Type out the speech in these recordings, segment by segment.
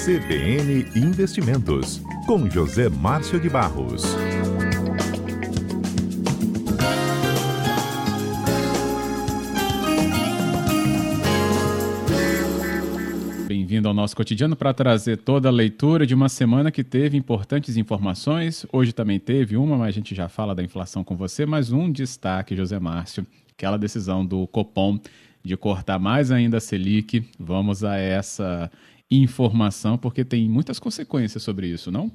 CBN Investimentos, com José Márcio de Barros. Bem-vindo ao nosso cotidiano para trazer toda a leitura de uma semana que teve importantes informações. Hoje também teve uma, mas a gente já fala da inflação com você. Mas um destaque, José Márcio, aquela decisão do Copom de cortar mais ainda a Selic. Vamos a essa informação, porque tem muitas consequências sobre isso, não?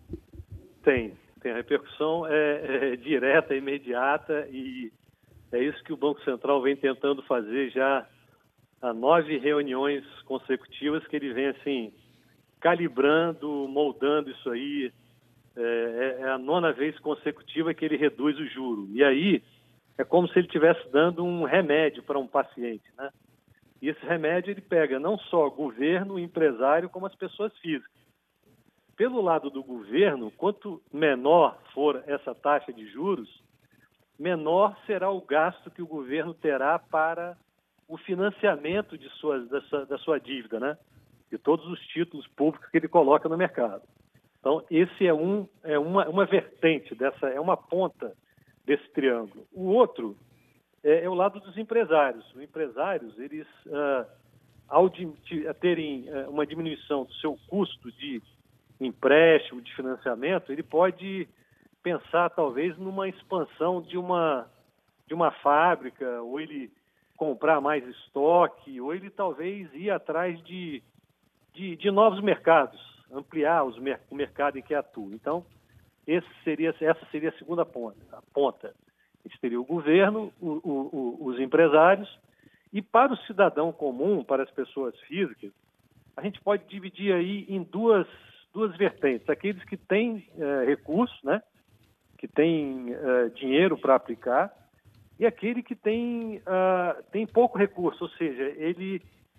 Tem a repercussão direta, imediata, e é isso que o Banco Central vem tentando fazer já há 9 reuniões consecutivas, que ele vem assim, calibrando, moldando isso aí. É a 9ª vez consecutiva que ele reduz o juro. E aí é como se ele estivesse dando um remédio para um paciente, né? E esse remédio ele pega não só governo, empresário, como as pessoas físicas. Pelo lado do governo, quanto menor for essa taxa de juros, menor será o gasto que o governo terá para o financiamento da sua dívida, né? De todos os títulos públicos que ele coloca no mercado. Então, esse é uma vertente, é uma ponta desse triângulo. O outro é o lado dos empresários. Os empresários, eles, ao terem uma diminuição do seu custo de empréstimo, de financiamento, ele pode pensar, talvez, numa expansão de uma fábrica, ou ele comprar mais estoque, ou ele talvez ir atrás de novos mercados, ampliar o mercado em que atua. Então, essa seria a segunda ponta. A gente teria o governo, os empresários, e para o cidadão comum, para as pessoas físicas, a gente pode dividir aí em duas vertentes. Aqueles que têm recursos, né, que têm dinheiro para aplicar, e aquele que tem pouco recurso, ou seja, ele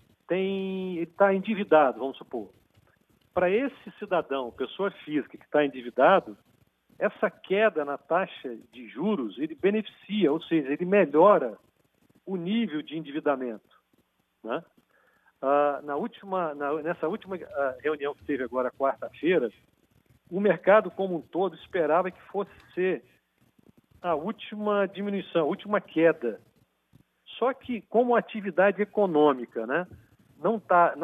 está endividado, vamos supor. Para esse cidadão, pessoa física que está endividado, essa queda na taxa de juros, ele beneficia, ou seja, ele melhora o nível de endividamento, né? Nessa última reunião que teve agora, quarta-feira, o mercado como um todo esperava que fosse ser a última diminuição, a última queda. Só que, como a atividade econômica, né, não tá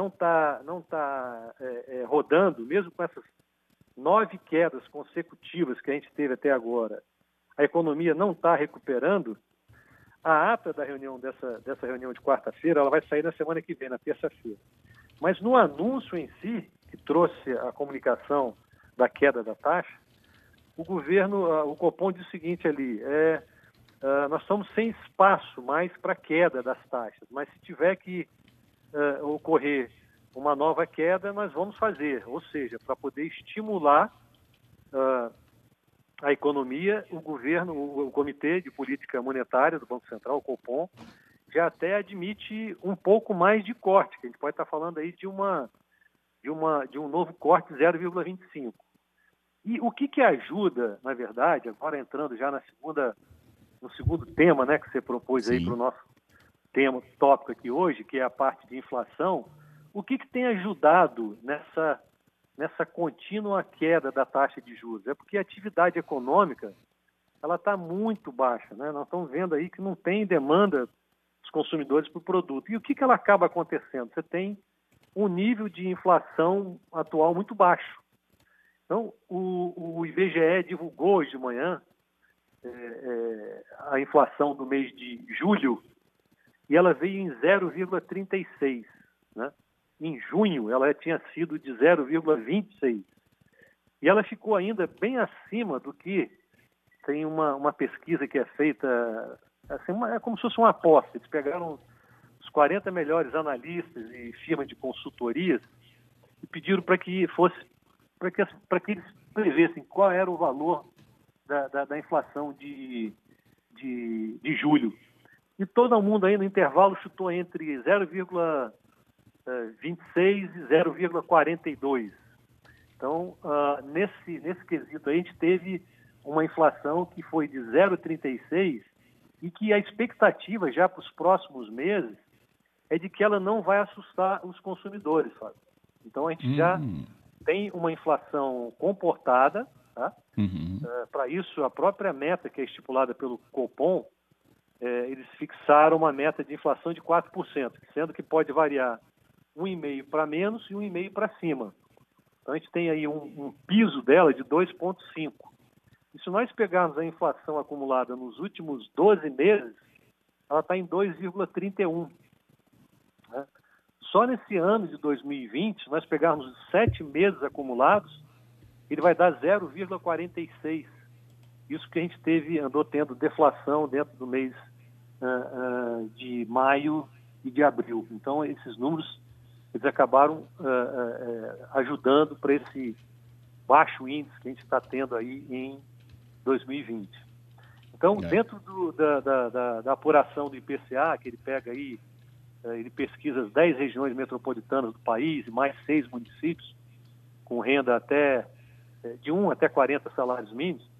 rodando, mesmo com essas 9 quedas consecutivas que a gente teve até agora, a economia não está recuperando. A ata da reunião dessa reunião de quarta-feira, ela vai sair na semana que vem, na terça-feira. Mas no anúncio em si, que trouxe a comunicação da queda da taxa, o governo, o Copom diz o seguinte ali, nós estamos sem espaço mais para queda das taxas, mas se tiver que ocorrer uma nova queda, nós vamos fazer, ou seja, para poder estimular a economia, o governo, o Comitê de Política Monetária do Banco Central, o Copom, já até admite um pouco mais de corte, que a gente pode estar falando aí de um novo corte de 0,25. E o que ajuda, na verdade, agora entrando já no segundo tema, né, que você propôs Sim. aí para o nosso tópico aqui hoje, que é a parte de inflação, o que tem ajudado nessa contínua queda da taxa de juros? É porque a atividade econômica ela está muito baixa, né? Nós estamos vendo aí que não tem demanda dos consumidores para o produto. E o que ela acaba acontecendo? Você tem um nível de inflação atual muito baixo. Então, o IBGE divulgou hoje de manhã a inflação do mês de julho e ela veio em 0,36, né? Em junho, ela tinha sido de 0,26. E ela ficou ainda bem acima do que tem uma pesquisa que é feita, assim, é como se fosse uma aposta. Eles pegaram os 40 melhores analistas e firmas de consultorias e pediram para que eles prevessem qual era o valor da inflação de julho. E todo mundo aí no intervalo chutou entre 0,26 e 0,42. Então, nesse quesito aí, a gente teve uma inflação que foi de 0,36 e que a expectativa já para os próximos meses é de que ela não vai assustar os consumidores, sabe? Então, a gente já tem uma inflação comportada, tá? Para isso, a própria meta que é estipulada pelo Copom, eles fixaram uma meta de inflação de 4%, sendo que pode variar 1,5% para menos e 1,5% para cima. Então, a gente tem aí um piso dela de 2,5%. E se nós pegarmos a inflação acumulada nos últimos 12 meses, ela está em 2,31%. Né? Só nesse ano de 2020, se nós pegarmos os 7 meses acumulados, ele vai dar 0,46%. Isso que a gente andou tendo deflação dentro do mês de maio e de abril. Então, esses números eles acabaram ajudando para esse baixo índice que a gente está tendo aí em 2020. Então, dentro da apuração do IPCA, que ele pega aí, ele pesquisa as 10 regiões metropolitanas do país e mais 6 municípios, com renda até de 1 até 40 salários mínimos,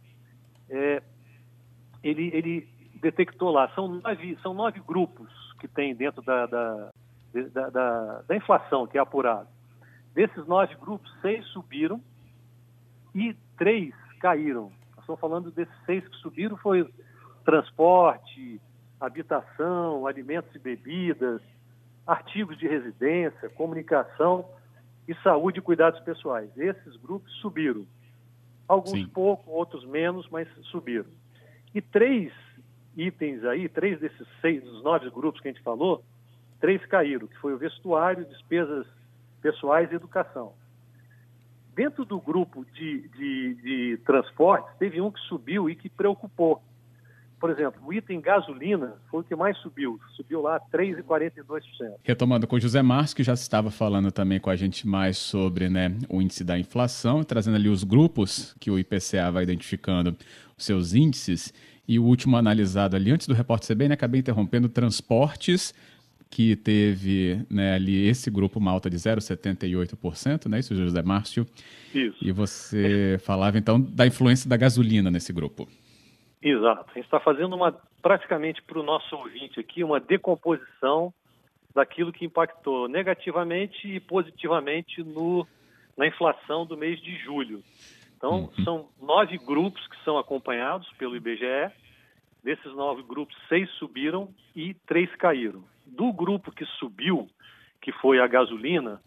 ele detectou lá, são 9 grupos que tem dentro da inflação que é apurado. Desses 9 grupos, 6 subiram e 3 caíram. Nós estamos falando desses 6 que subiram, foi transporte, habitação, alimentos e bebidas, artigos de residência, comunicação e saúde e cuidados pessoais. Esses grupos subiram. Alguns pouco, outros menos, mas subiram. E 3 itens aí, 3 desses 6, dos 9 grupos que a gente falou, 3 caíram, que foi o vestuário, despesas pessoais e educação. Dentro do grupo de transportes, teve um que subiu e que preocupou. Por exemplo, o item gasolina foi o que mais subiu lá 3,42%. Retomando com o José Márcio, que já estava falando também com a gente mais sobre, né, o índice da inflação, trazendo ali os grupos que o IPCA vai identificando os seus índices, e o último analisado ali, antes do repórter CBN, acabei interrompendo, transportes, que teve, né, ali esse grupo uma alta de 0,78%, né, isso, José Márcio? Isso. E você falava, então, da influência da gasolina nesse grupo. Exato. A gente está fazendo praticamente para o nosso ouvinte aqui, uma decomposição daquilo que impactou negativamente e positivamente na inflação do mês de julho. Então, são 9 grupos que são acompanhados pelo IBGE. Desses 9 grupos, 6 subiram e 3 caíram. Do grupo que subiu, que foi a gasolina,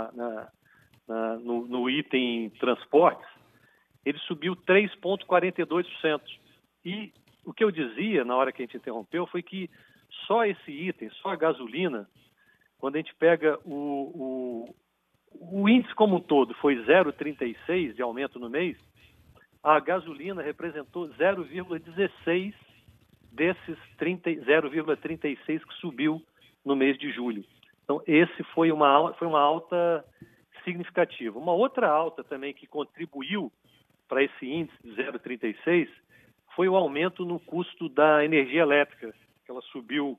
no item transportes, ele subiu 3,42%. E o que eu dizia na hora que a gente interrompeu foi que só esse item, só a gasolina, quando a gente pega o índice como um todo foi 0,36 de aumento no mês, a gasolina representou 0,16 desses 0,36 que subiu no mês de julho. Então, esse foi uma alta significativa. Uma outra alta também que contribuiu para esse índice de 0,36 foi o aumento no custo da energia elétrica, que ela subiu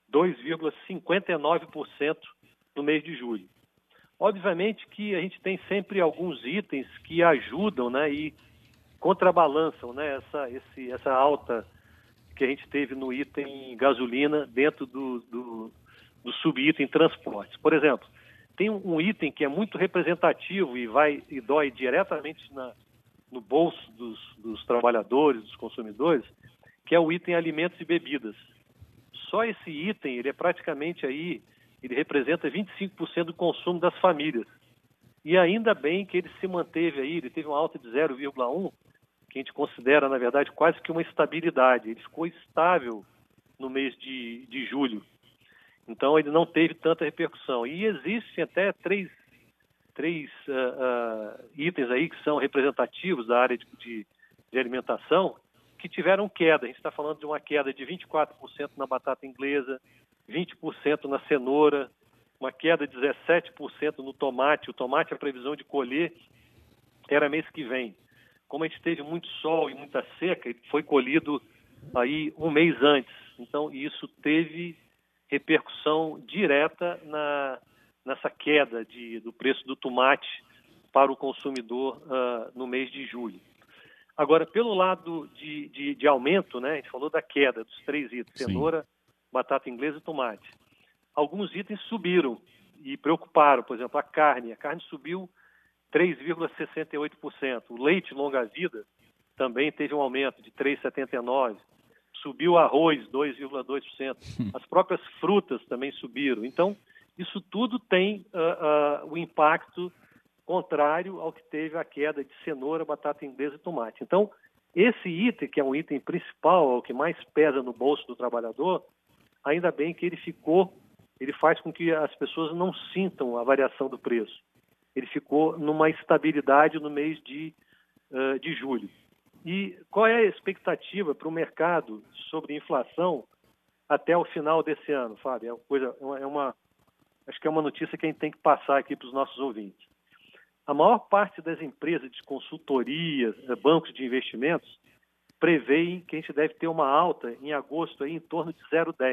2,59% no mês de julho. Obviamente que a gente tem sempre alguns itens que ajudam, né, e contrabalançam, né, essa alta que a gente teve no item gasolina dentro do subitem transportes. Por exemplo, tem um item que é muito representativo e dói diretamente no bolso dos trabalhadores, dos consumidores, que é o item alimentos e bebidas. Só esse item, ele é praticamente aí, ele representa 25% do consumo das famílias. E ainda bem que ele se manteve aí, ele teve uma alta de 0,1%, que a gente considera, na verdade, quase que uma estabilidade. Ele ficou estável no mês de julho. Então, ele não teve tanta repercussão. E existem até três itens aí que são representativos da área de alimentação que tiveram queda. A gente está falando de uma queda de 24% na batata inglesa, 20% na cenoura, uma queda de 17% no tomate. O tomate, a previsão de colher era mês que vem. Como a gente teve muito sol e muita seca, ele foi colhido aí um mês antes. Então, isso teve repercussão direta nessa queda do preço do tomate para o consumidor no mês de julho. Agora, pelo lado de aumento, né, a gente falou da queda dos 3 itens, cenoura, batata inglesa e tomate. Alguns itens subiram. e preocuparam. Por exemplo, a carne subiu 3,68%. O leite longa-vida também teve um aumento de 3,79%. Subiu o arroz, 2,2%. As próprias frutas também subiram. Então, isso tudo tem o impacto contrário ao que teve a queda de cenoura, batata inglesa e tomate. Então, esse item, que é um item principal, é o que mais pesa no bolso do trabalhador, ainda bem que ele faz com que as pessoas não sintam a variação do preço. Ele ficou numa estabilidade no mês de julho. E qual é a expectativa para o mercado sobre inflação até o final desse ano, Fábio? Acho que é uma notícia que a gente tem que passar aqui para os nossos ouvintes. A maior parte das empresas de consultoria, bancos de investimentos, prevêem que a gente deve ter uma alta em agosto aí, em torno de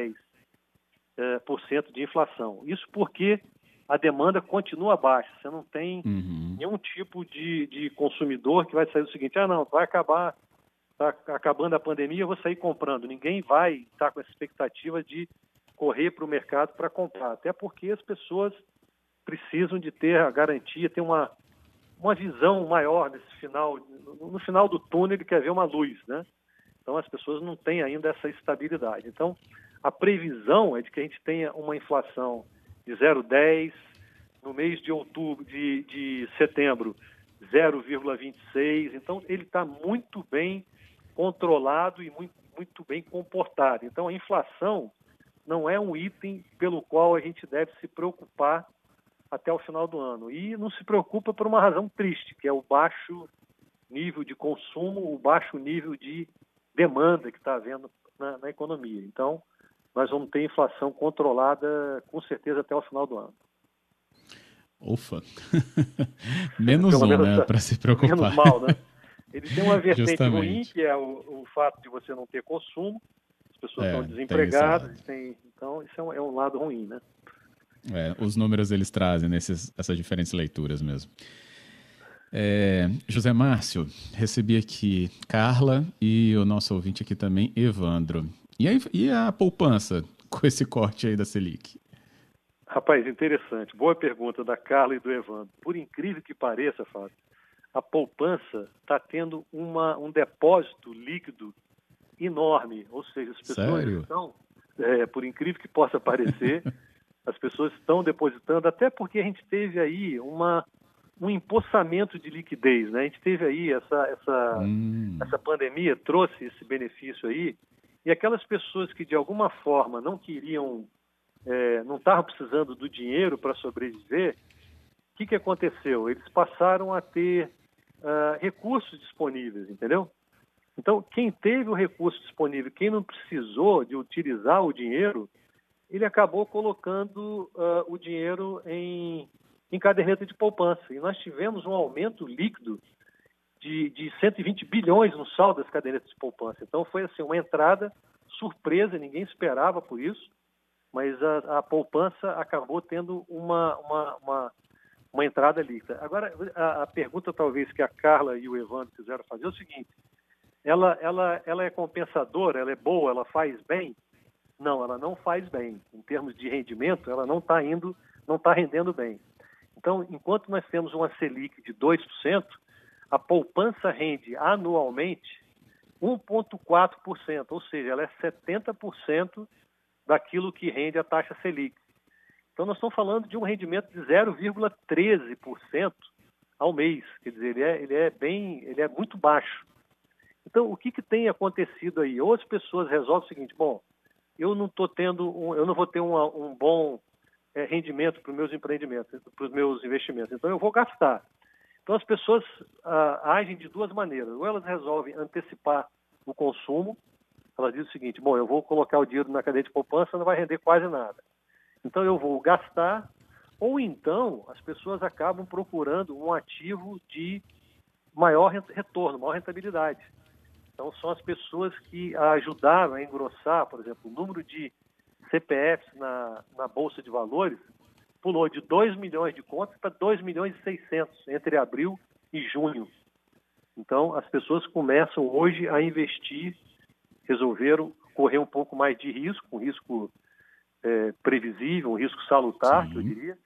0,10% de inflação. Isso porque a demanda continua baixa. Você não tem nenhum tipo de consumidor que vai sair do seguinte: está acabando a pandemia, eu vou sair comprando. Ninguém vai estar com essa expectativa de correr para o mercado para comprar, até porque as pessoas precisam de ter a garantia, ter uma visão maior nesse final. No final do túnel ele quer ver uma luz, né? Então as pessoas não têm ainda essa estabilidade. Então a previsão é de que a gente tenha uma inflação de 0,10%, no mês de outubro, de setembro, 0,26%. Então ele está muito bem controlado e muito bem comportado. Então a inflação não é um item pelo qual a gente deve se preocupar até o final do ano. E não se preocupa por uma razão triste, que é o baixo nível de consumo, o baixo nível de demanda que está havendo na economia. Então, nós vamos ter inflação controlada, com certeza, até o final do ano. Ufa! Menos né, para se preocupar. Menos mal, né? Ele tem uma vertente Justamente. ruim, que é o fato de você não ter consumo, as pessoas estão desempregadas, então isso é um lado ruim, né? Os números eles trazem essas diferentes leituras mesmo. José Márcio, recebi aqui Carla e o nosso ouvinte aqui também, Evandro. E a poupança com esse corte aí da Selic? Rapaz, interessante. Boa pergunta da Carla e do Evandro. Por incrível que pareça, Fábio, a poupança está tendo um depósito líquido enorme. Ou seja, as pessoas estão, por incrível que possa parecer, as pessoas estão depositando, até porque a gente teve aí um empossamento de liquidez, né? A gente teve aí essa pandemia, trouxe esse benefício aí, e aquelas pessoas que de alguma forma não queriam, não estavam precisando do dinheiro para sobreviver, o que aconteceu? Eles passaram a ter recursos disponíveis, entendeu? Então, quem teve o recurso disponível, quem não precisou de utilizar o dinheiro, ele acabou colocando o dinheiro em caderneta de poupança. E nós tivemos um aumento líquido de 120 bilhões no saldo das cadernetas de poupança. Então foi assim, uma entrada surpresa, ninguém esperava por isso, mas a poupança acabou tendo uma entrada líquida. Agora, a pergunta talvez que a Carla e o Evandro quiseram fazer é o seguinte: ela é compensadora, ela é boa, ela faz bem? Não, ela não faz bem. Em termos de rendimento, ela não está rendendo bem. Então, enquanto nós temos uma Selic de 2%, a poupança rende anualmente 1,4%, ou seja, ela é 70% daquilo que rende a taxa Selic. Então, nós estamos falando de um rendimento de 0,13% ao mês. Quer dizer, ele é muito baixo. Então, o que tem acontecido aí? Ou as pessoas resolvem o seguinte: bom, eu não vou ter um bom rendimento para os meus empreendimentos, para os meus investimentos, então eu vou gastar. Então as pessoas agem de duas maneiras: ou elas resolvem antecipar o consumo, elas dizem o seguinte: bom, eu vou colocar o dinheiro na cadeia de poupança, não vai render quase nada, então eu vou gastar. Ou então as pessoas acabam procurando um ativo de maior retorno, maior rentabilidade. Então, são as pessoas que ajudaram a engrossar, por exemplo, o número de CPFs na Bolsa de Valores pulou de 2 milhões de contas para 2 milhões e 600 entre abril e junho. Então, as pessoas começam hoje a investir, resolveram correr um pouco mais de risco, um risco previsível, um risco salutar, que eu diria,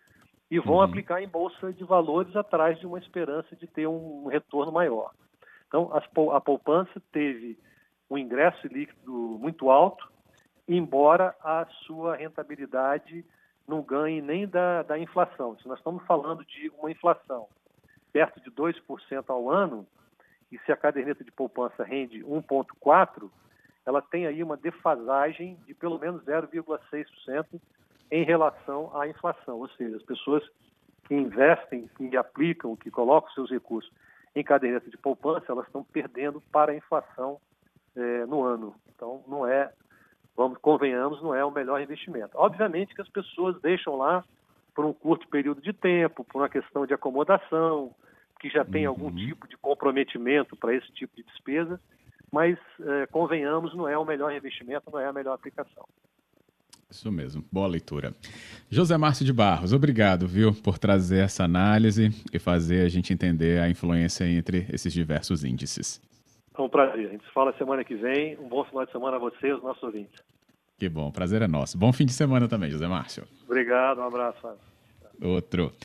e vão aplicar em bolsa de valores atrás de uma esperança de ter um retorno maior. Então, a poupança teve um ingresso líquido muito alto, embora a sua rentabilidade não ganhe nem da inflação. Se nós estamos falando de uma inflação perto de 2% ao ano, e se a caderneta de poupança rende 1,4%, ela tem aí uma defasagem de pelo menos 0,6% em relação à inflação. Ou seja, as pessoas que investem, que aplicam, que colocam seus recursos em caderneta de poupança, elas estão perdendo para a inflação no ano. Então, convenhamos, não é o melhor investimento. Obviamente que as pessoas deixam lá por um curto período de tempo, por uma questão de acomodação, que já tem algum tipo de comprometimento para esse tipo de despesa, mas, convenhamos, não é o melhor investimento, não é a melhor aplicação. Isso mesmo, boa leitura. José Márcio de Barros, obrigado, viu, por trazer essa análise e fazer a gente entender a influência entre esses diversos índices. É um prazer. A gente se fala semana que vem. Um bom final de semana a você e aos nossos ouvintes. Que bom, prazer é nosso. Bom fim de semana também, José Márcio. Obrigado, um abraço, Fábio. Outro.